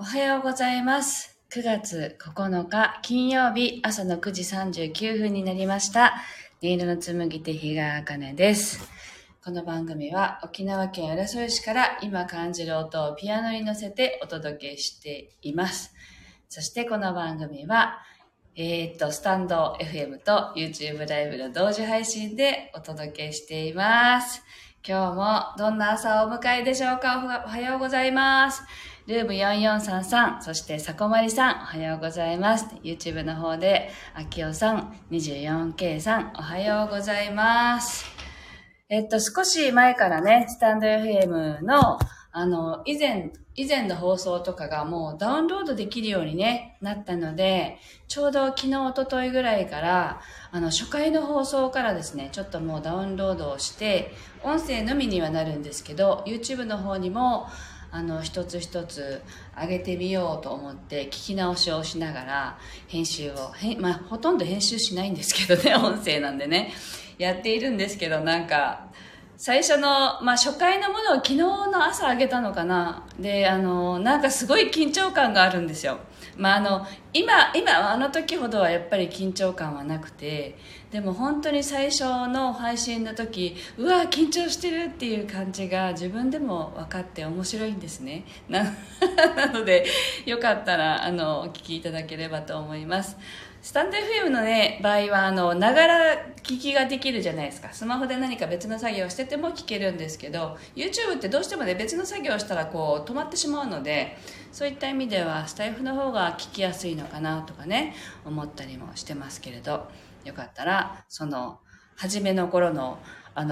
おはようございます。9月9日金曜日朝の9時39分になりました。音色の紡手日川茜です。この番組は沖縄県浦添市から今感じる音をピアノに乗せてお届けしています。そしてこの番組はスタンド FM と YouTube ライブの同時配信でお届けしています。今日もどんな朝をお迎えでしょうか。おはようございます。ルーム4433、そしてさこまりさん、おはようございます。YouTube の方で、あきおさん、24K さん、おはようございます。少し前からね、スタンド FM の、以前の放送とかがもうダウンロードできるようにね、なったので、ちょうど昨日、一昨日ぐらいから、初回の放送からですね、ちょっともうダウンロードをして、音声のみにはなるんですけど、YouTube の方にも、一つ一つ上げてみようと思って聞き直しをしながら編集を、ほとんど編集しないんですけどね、音声なんでね、やっているんですけど、なんか、最初の、初回のものを昨日の朝上げたのかな。で、なんかすごい緊張感があるんですよ。今、あの時ほどはやっぱり緊張感はなくて、でも本当に最初の配信の時、うわ、緊張してるっていう感じが自分でも分かって面白いんですね。なので、よかったら、お聞きいただければと思います。スタンド FM のね、場合は、ながら聞きができるじゃないですか。スマホで何か別の作業をしてても聞けるんですけど、YouTube ってどうしてもね、別の作業をしたらこう、止まってしまうので、そういった意味では、スタイフの方が聞きやすいのかなとかね、思ったりもしてますけれど、よかったら、初めの頃の、初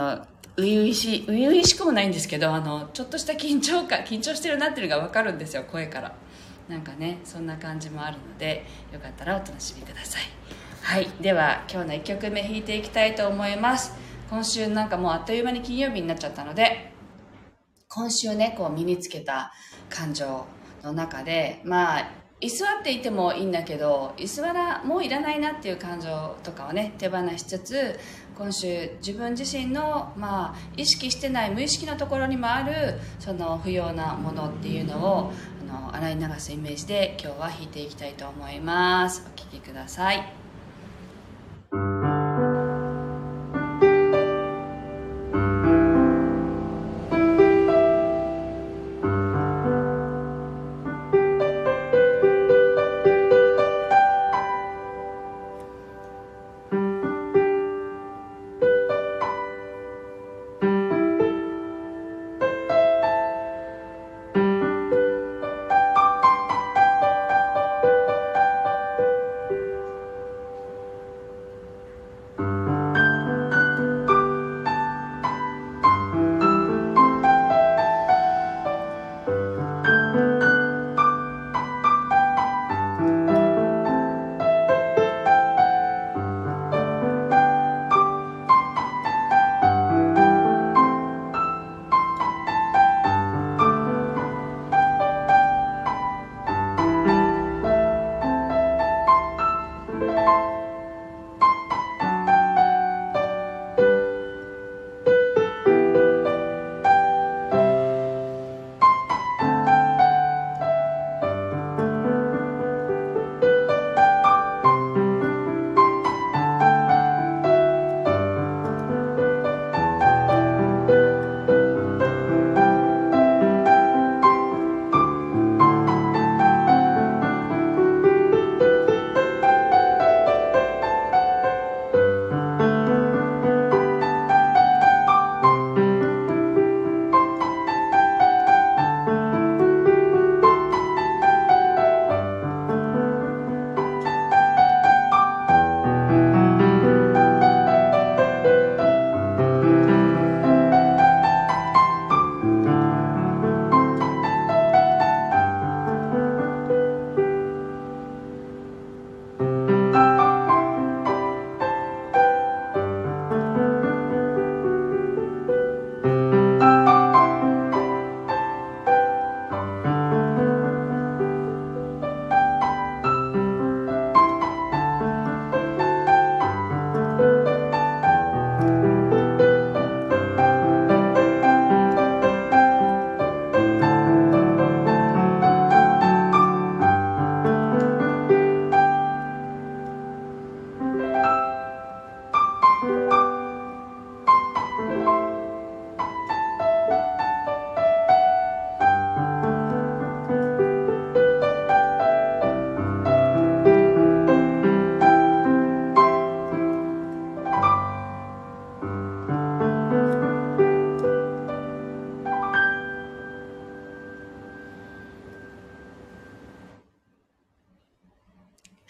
々しくもないんですけど、ちょっとした緊張してるなっていうのがわかるんですよ、声から。なんかね、そんな感じもあるので、よかったらお楽しみください。はい、では今日の1曲目弾いていきたいと思います。今週なんかもうあっという間に金曜日になっちゃったので、今週ね、こう身につけた感情の中で、居座っていてもいいんだけど、もういらないなっていう感情とかをね、手放しつつ、今週自分自身の、意識してない無意識のところにもある、その不要なものっていうのを、洗い流すイメージで今日は弾いていきたいと思います。お聴きください。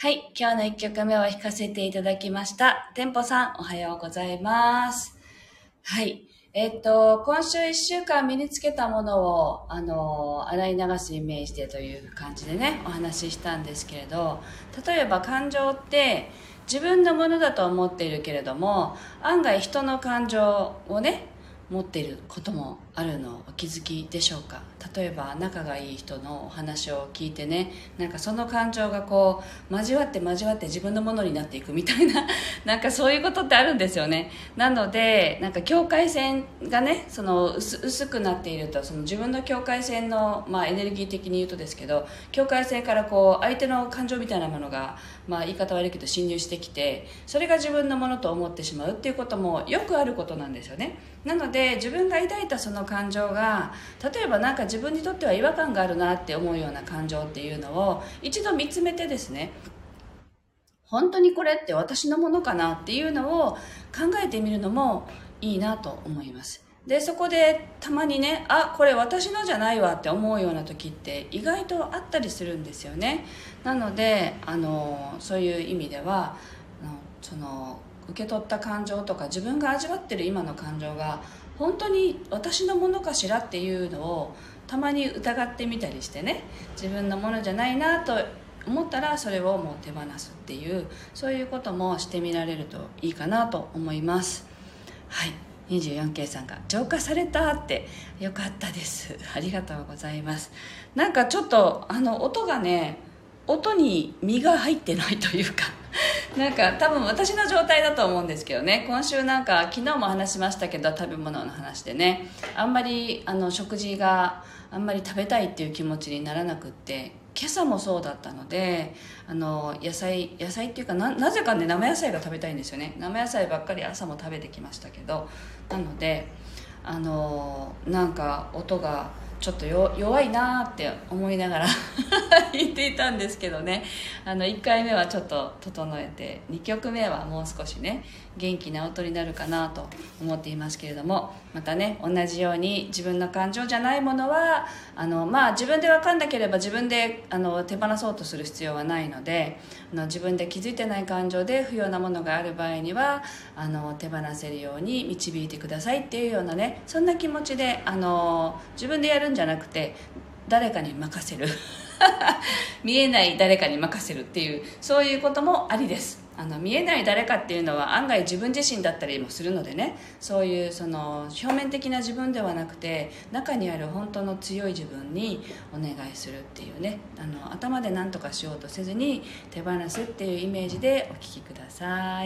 はい、今日の1曲目を弾かせていただきました。テンポさん、おはようございます。はい。今週1週間身につけたものを、洗い流すイメージでという感じでね、お話ししたんですけれど、例えば感情って自分のものだと思っているけれども、案外人の感情をね、持っていることもあるのをお気づきでしょうか。例えば仲がいい人のお話を聞いてね、なんかその感情がこう交わって自分のものになっていくみたいななんかそういうことってあるんですよね。なのでなんか境界線がね、その薄くなっていると、その自分の境界線の、エネルギー的に言うとですけど、境界線からこう相手の感情みたいなものが、言い方悪いけど侵入してきて、それが自分のものと思ってしまうっていうこともよくあることなんですよね。なので自分が抱いたその感情が、例えばなんか自分にとっては違和感があるなって思うような感情っていうのを一度見つめてですね、本当にこれって私のものかなっていうのを考えてみるのもいいなと思います。でそこでたまにね、これ私のじゃないわって思うような時って意外とあったりするんですよね。なのでそういう意味ではその受け取った感情とか自分が味わってる今の感情が本当に私のものかしらっていうのをたまに疑ってみたりしてね、自分のものじゃないなと思ったらそれをもう手放すっていう、そういうこともしてみられるといいかなと思います。はい、24K さんが浄化されたって、よかったです、ありがとうございます。なんかちょっと音がね、音に身が入ってないというかなんか多分私の状態だと思うんですけどね。今週なんか昨日も話しましたけど、食べ物の話でね、あんまり食事があんまり食べたいっていう気持ちにならなくって、今朝もそうだったので、野菜っていうか、なぜかね生野菜が食べたいんですよね。生野菜ばっかり朝も食べてきましたけど、なのでなんか音がちょっと弱いなって思いながら言っていたんですけどね、1回目はちょっと整えて、2曲目はもう少しね元気な音になるかなと思っていますけれども、またね同じように自分の感情じゃないものは自分で分かんなければ自分で手放そうとする必要はないので、自分で気づいてない感情で不要なものがある場合には手放せるように導いてくださいっていうようなね、そんな気持ちで自分でやるんじゃなくて誰かに任せる見えない誰かに任せるっていう、そういうこともありです。見えない誰かっていうのは案外自分自身だったりもするのでね、そういうその表面的な自分ではなくて中にある本当の強い自分にお願いするっていうね、頭で何とかしようとせずに手放すっていうイメージでお聞きください。はい。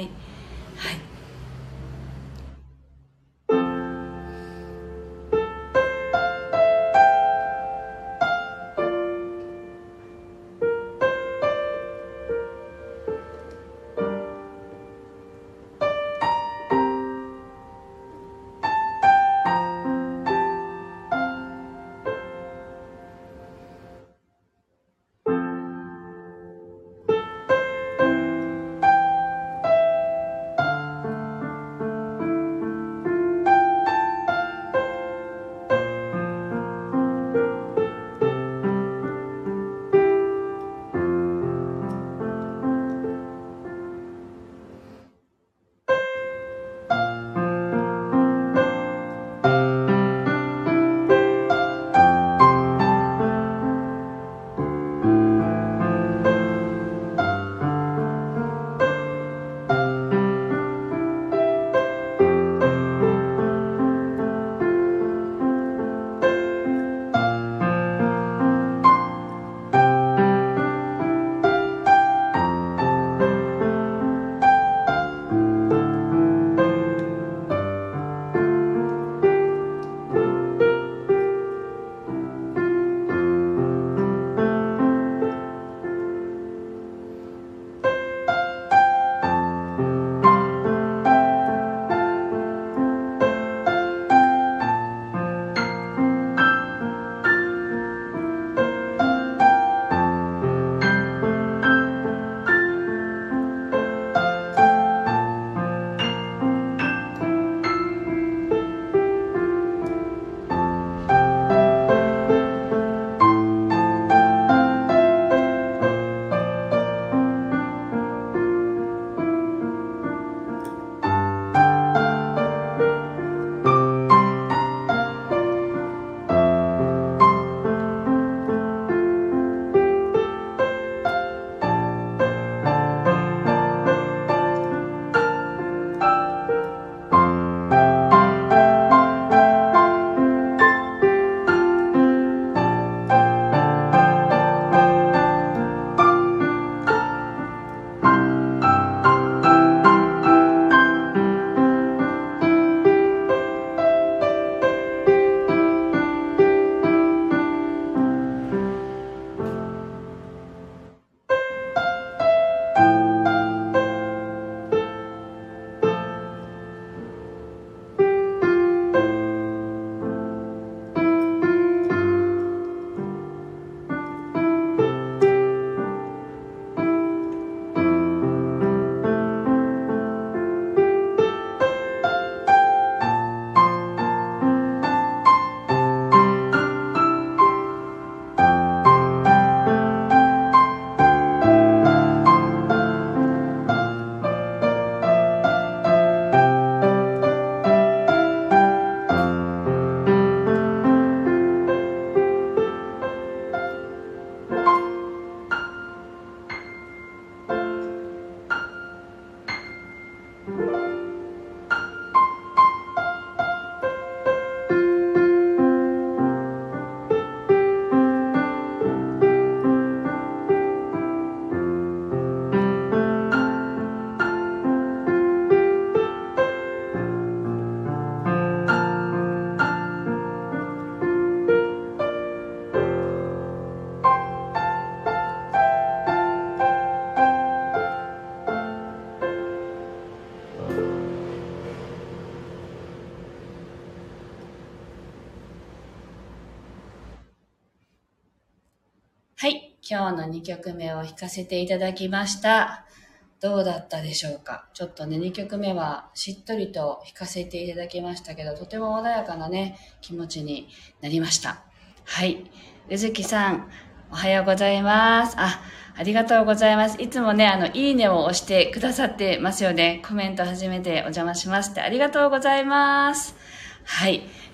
はい、今日の2曲目を弾かせていただきました。どうだったでしょうか。ちょっとね、2曲目はしっとりと弾かせていただきましたけど、とても穏やかなね、気持ちになりました。はい。うずきさん、おはようございます。ありがとうございます。いつもね、いいねを押してくださってますよね。コメント初めてお邪魔しますってありがとうございます。はい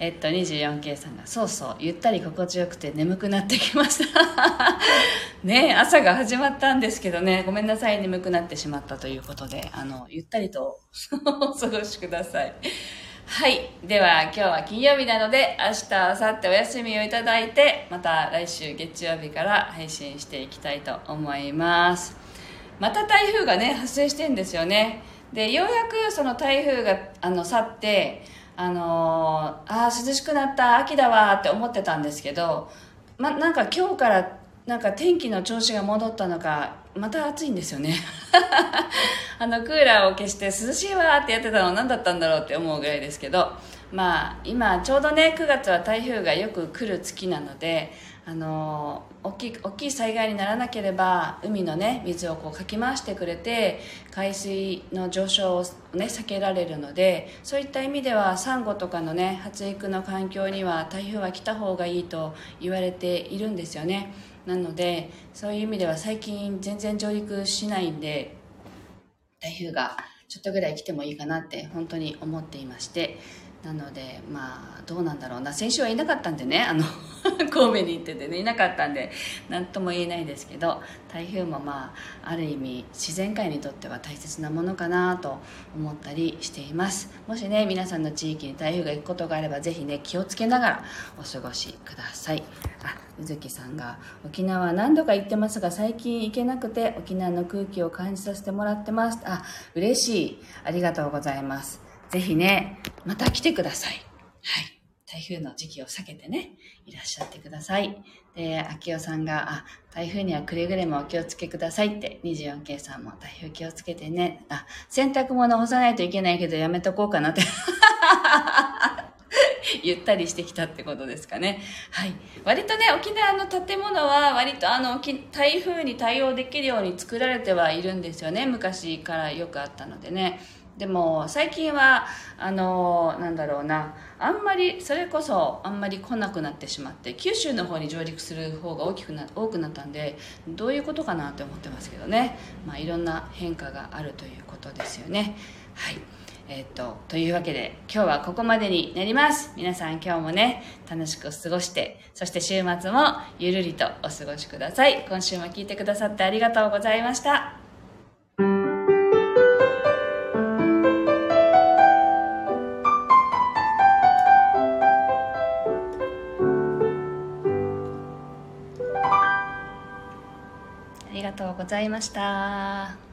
。24K さんが、そうそう、ゆったり心地よくて眠くなってきました。ね、朝が始まったんですけどね、ごめんなさい、眠くなってしまったということで、ゆったりとお過ごしください。はい。では、今日は金曜日なので、明日、明後日お休みをいただいて、また来週月曜日から配信していきたいと思います。また台風がね、発生してんですよね。で、ようやくその台風が、去って、涼しくなった、秋だわって思ってたんですけど、なんか今日からなんか天気の調子が戻ったのか、また暑いんですよね。クーラーを消して涼しいわってやってたの何だったんだろうって思うぐらいですけど、まあ今ちょうどね、9月は台風がよく来る月なので、大きい災害にならなければ海のね水をこうかき回してくれて海水の上昇をね避けられるので、そういった意味ではサンゴとかのね発育の環境には台風は来た方がいいと言われているんですよね。なのでそういう意味では最近全然上陸しないんで、台風がちょっとぐらい来てもいいかなって本当に思っていまして、なのでまあどうなんだろうな、先週はいなかったんでね、神戸に行っててねいなかったんで何とも言えないですけど、台風もまあある意味自然界にとっては大切なものかなと思ったりしています。もしね皆さんの地域に台風が行くことがあればぜひね気をつけながらお過ごしください。うずきさんが沖縄何度か行ってますが最近行けなくて沖縄の空気を感じさせてもらってます。嬉しい、ありがとうございます。ぜひねまた来てください。はい、台風の時期を避けてねいらっしゃってください。で、秋代さんが台風にはくれぐれもお気をつけくださいって、 24K さんも台風気をつけてね、洗濯物干さないといけないけどやめとこうかなってゆったりしてきたってことですかね。はい。割とね、沖縄の建物は割と台風に対応できるように作られてはいるんですよね。昔からよくあったのでね。でも最近はなんだろうな、あんまりそれこそあんまり来なくなってしまって、九州の方に上陸する方が多くなったんで、どういうことかなって思ってますけどね。まあいろんな変化があるということですよね。はい。というわけで今日はここまでになります。皆さん今日もね楽しく過ごして、そして週末もゆるりとお過ごしください。今週も聞いてくださってありがとうございました。ありがとうございました。